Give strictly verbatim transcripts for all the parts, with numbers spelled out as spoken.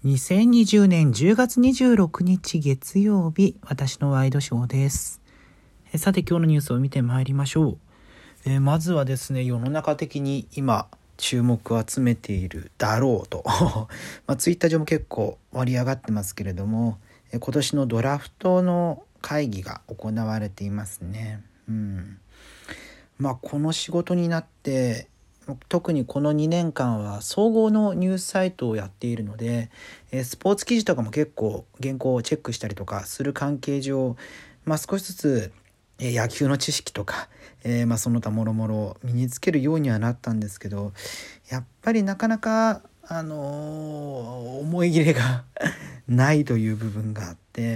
にせんにじゅうねんじゅうがつにじゅうろくにち月曜日、私のワイドショーです。えさて今日のニュースを見てまいりましょう。えまずはですね、世の中的に今注目を集めているだろうと、まあ、ツイッター上も結構盛り上がってますけれども、え今年のドラフトの会議が行われていますね。うん、まあこの仕事になって特にこのにねんかんは総合のニュースサイトをやっているので、スポーツ記事とかも結構原稿をチェックしたりとかする関係上、まあ、少しずつ野球の知識とか、えー、まあその他もろもろ身につけるようにはなったんですけど、やっぱりなかなか、あのー、思い入れがないという部分があって、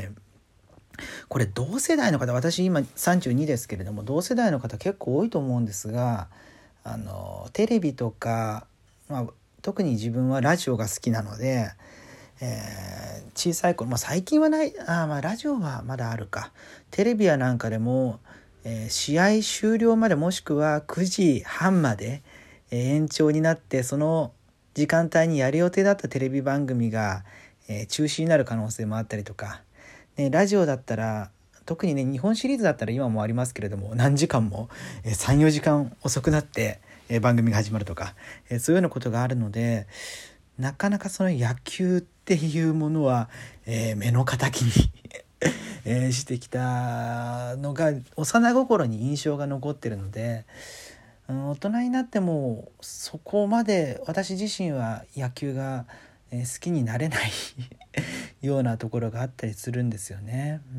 これ同世代の方、私今さんじゅうにですけれども、同世代の方結構多いと思うんですが、あのテレビとか、まあ、特に自分はラジオが好きなので、えー、小さい頃、まあ、最近はないあ、まあ、ラジオはまだあるか、テレビやなんかでも、えー、試合終了までもしくはくじはんまで、えー、延長になって、その時間帯にやる予定だったテレビ番組が、えー、中止になる可能性もあったりとか、ね、ラジオだったら特にね、日本シリーズだったら今もありますけれども、何時間もさん、よじかん遅くなって番組が始まるとか、そういうようなことがあるので、なかなかその野球っていうものは、えー、目の敵にえー、してきたのが幼心に印象が残ってるので、大人になってもそこまで私自身は野球が好きになれないようなところがあったりするんですよね。うん、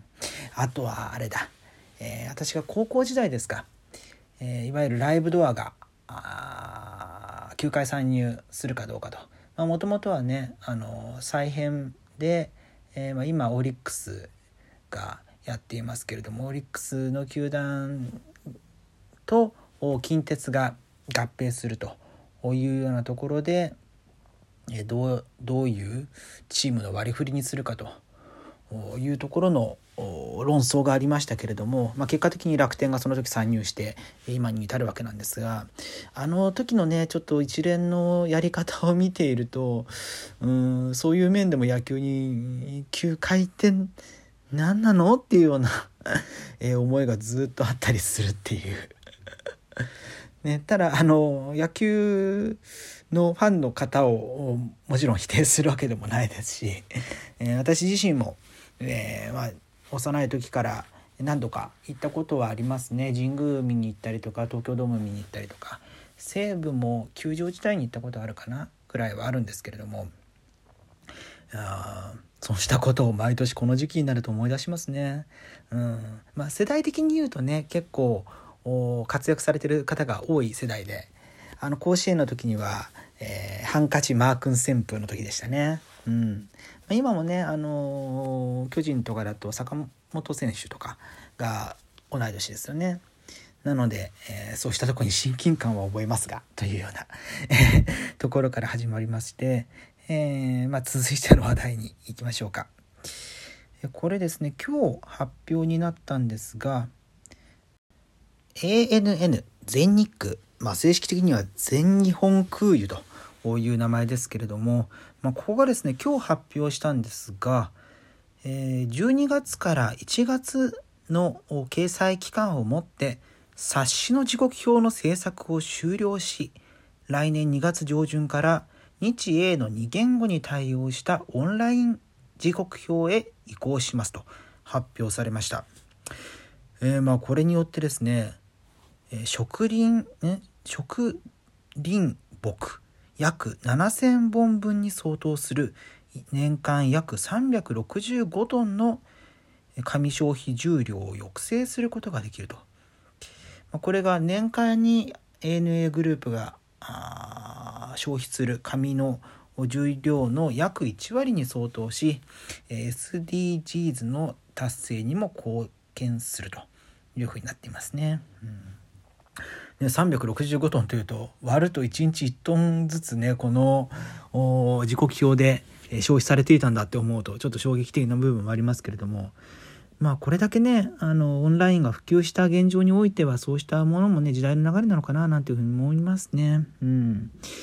あとはあれだ、えー、私が高校時代ですか、えー、いわゆるライブドアがきゅうかい参入するかどうかと、もともとはね、あの再編で、えーまあ、今オリックスがやっていますけれども、オリックスの球団と近鉄が合併するというようなところで、どう、どういうチームの割り振りにするかというところの論争がありましたけれども、まあ、結果的に楽天がその時参入して今に至るわけなんですが、あの時のねちょっと一連のやり方を見ていると、うーんそういう面でも野球にきゅうかいって何なのっていうような思いがずっとあったりするっていうね、ただあの野球のファンの方をもちろん否定するわけでもないですし、えー、私自身も、えーまあ、幼い時から何度か行ったことはありますね。神宮見に行ったりとか、東京ドーム見に行ったりとか、西武も球場自体に行ったことあるかなくらいはあるんですけれども、あそうしたことを毎年この時期になると思い出しますね。うんまあ、世代的に言うとね、結構活躍されてる方が多い世代で、あの甲子園の時には、えー、ハンカチマー君旋風の時でしたね。うん、今もね、あのー、巨人とかだと坂本選手とかが同い年ですよね。なので、えー、そうしたところに親近感は覚えますがというようなところから始まりまして、えーまあ、続いての話題に行きましょうか。これですね、今日発表になったんですが、エーエヌエヌ 全日空、まあ、正式的には全日本空輸という名前ですけれども、まあ、ここがですね今日発表したんですが、えー、じゅうにがつからいちがつの掲載期間をもって冊子の時刻表の制作を終了し、来年にがつ上旬から日英のに言語に対応したオンライン時刻表へ移行しますと発表されました。えー、まあこれによってですね、植林、ね、植林木約ななせんぼんぶんに相当する年間約さんびゃくろくじゅうごトンの紙消費重量を抑制することができると。これが年間に エーエヌエー グループが消費する紙の重量の約いちわりに相当し、 エスディージーズ の達成にも貢献するというふうになっていますね。うん、さんびゃくろくじゅうごトンというと割るといちにちいちトンずつね、この時刻表で消費されていたんだって思うとちょっと衝撃的な部分もありますけれども、まあこれだけね、あのオンラインが普及した現状においてはそうしたものもね時代の流れなのかななんていうふうに思いますね。うん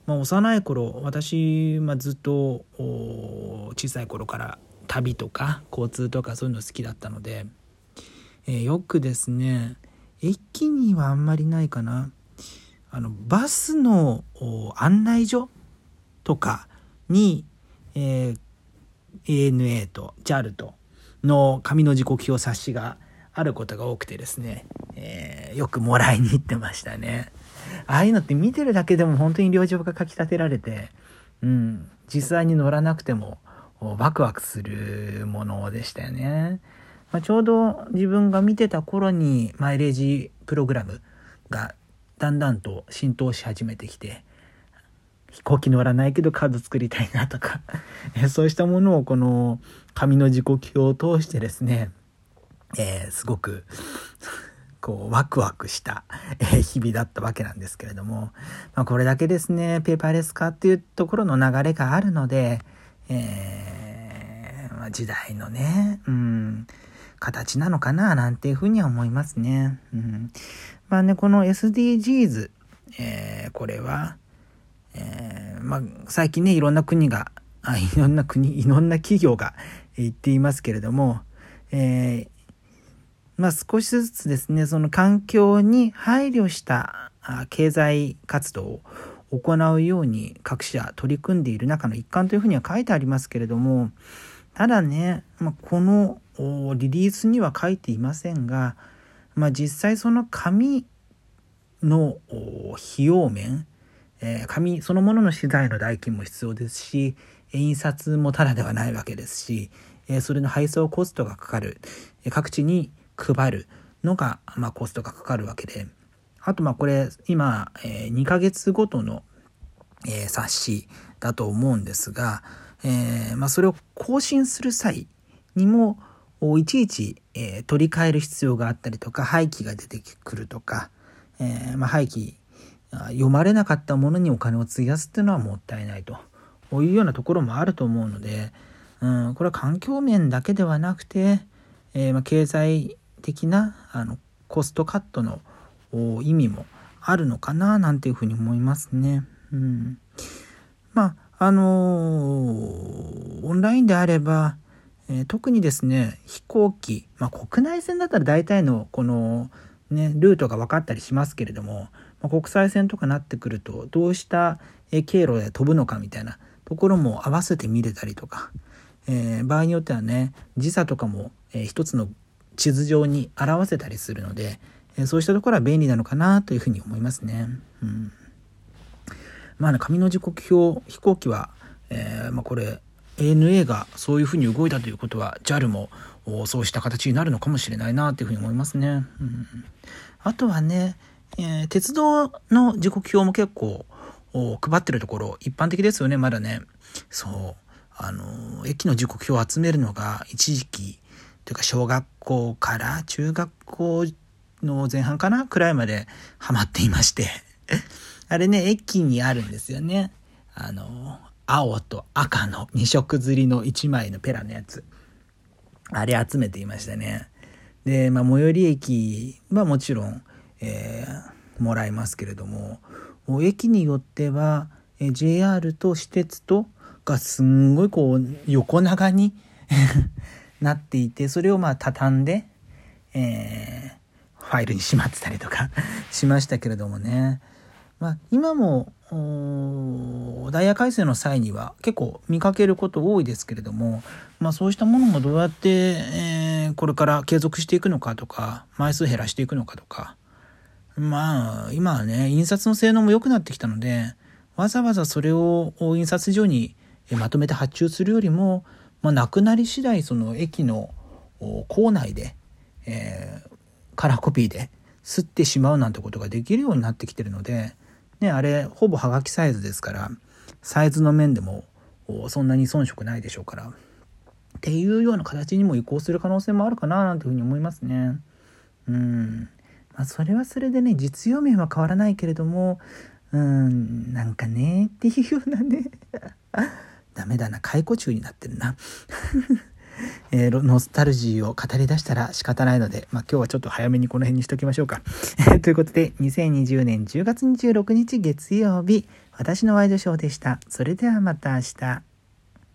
まあ、幼い頃私、まあ、ずっと小さい頃から旅とか交通とかそういうの好きだったので、えー、よくですね、駅にはあんまりないかな、あのバスの案内所とかに、えー、エーエヌエー と ジャル との紙の時刻表冊子があることが多くてですね、えー、よくもらいに行ってましたね。ああいうのって見てるだけでも本当に領情がかき立てられて、うん、実際に乗らなくてもワクワクするものでしたよね。まあ、ちょうど自分が見てた頃にマイレージプログラムがだんだんと浸透し始めてきて、飛行機乗らないけどカード作りたいなとかそうしたものをこの紙の時刻表を通してですね、えー、すごくこうワクワクした日々だったわけなんですけれども、まあ、これだけですねペーパーレス化っていうところの流れがあるので、えーまあ、時代のね、うん、形なのかななんていうふうには思いますね。うん、まあねこの エスディージーズ、えー、これは、えーまあ、最近ねいろんな国があいろんな国いろんな企業が言っていますけれども、えーまあ、少しずつですねその環境に配慮した経済活動を行うように各社取り組んでいる中の一環というふうには書いてありますけれども、ただね、まあ、このリリースには書いていませんが、まあ、実際その紙の費用面、えー、紙そのものの資材の代金も必要ですし、印刷もただではないわけですし、えー、それの配送コストがかかる、各地に配るのが、まあ、コストがかかるわけで、あとまあこれ今、えー、にかげつごとの、えー、冊子だと思うんですが、えーまあ、それを更新する際にもいちいち、えー、取り替える必要があったりとか、廃棄が出てくるとか、えーまあ、廃棄読まれなかったものにお金を費やすっていうのはもったいないというようなところもあると思うので、うん、これは環境面だけではなくて、えーまあ、経済的なあのコストカットの意味もあるのかななんていうふうに思いますね。うん、まああのー、オンラインであれば、えー、特にですね飛行機、まあ、国内線だったら大体のこの、ね、ルートが分かったりしますけれども、まあ、国際線とかなってくるとどうした経路で飛ぶのかみたいなところも合わせて見れたりとか、えー、場合によってはね時差とかも、えー、一つの地図上に表せたりするので、えー、そうしたところは便利なのかなというふうに思いますね。うん、まあね紙の時刻表飛行機は、えーまあ、これ エーエヌエー がそういうふうに動いたということは ジャル もそうした形になるのかもしれないなというふうに思いますね。うん、あとはね、えー、鉄道の時刻表も結構配ってるところ一般的ですよね。まだねそうあの駅の時刻表を集めるのが一時期というか小学校から中学校の前半かなくらいまでハマっていましてあれね駅にあるんですよね。あの青と赤のに色刷りのいちまいのペラのやつ、あれ集めていましたね。で、まあ、最寄り駅はもちろん、えー、もらいますけれども、駅によっては ジェイアール と私鉄とがすんごいこう横長になっていて、それをまあ畳んで、えー、ファイルにしまってたりとかしましたけれどもね。まあ、今もダイヤ改正の際には結構見かけること多いですけれども、まあ、そうしたものもどうやって、えー、これから継続していくのかとか、枚数減らしていくのかとか、まあ今はね印刷の性能も良くなってきたので、わざわざそれを印刷所にまとめて発注するよりも、まあ、なくなり次第その駅の構内で、えー、カラーコピーで刷ってしまうなんてことができるようになってきてるので、ね、あれほぼはがきサイズですから、サイズの面でもそんなに遜色ないでしょうから、っていうような形にも移行する可能性もあるかななんていうふうに思いますね。うん、まあ、それはそれでね実用面は変わらないけれども、うーんなんかねっていうようなねダメだな解雇中になってるなえー、ノスタルジーを語り出したら仕方ないので、まあ、今日はちょっと早めにこの辺にしときましょうか。ということで、にせんにじゅうねんじゅうがつにじゅうろくにち月曜日、私のワイドショーでした。それではまた明日。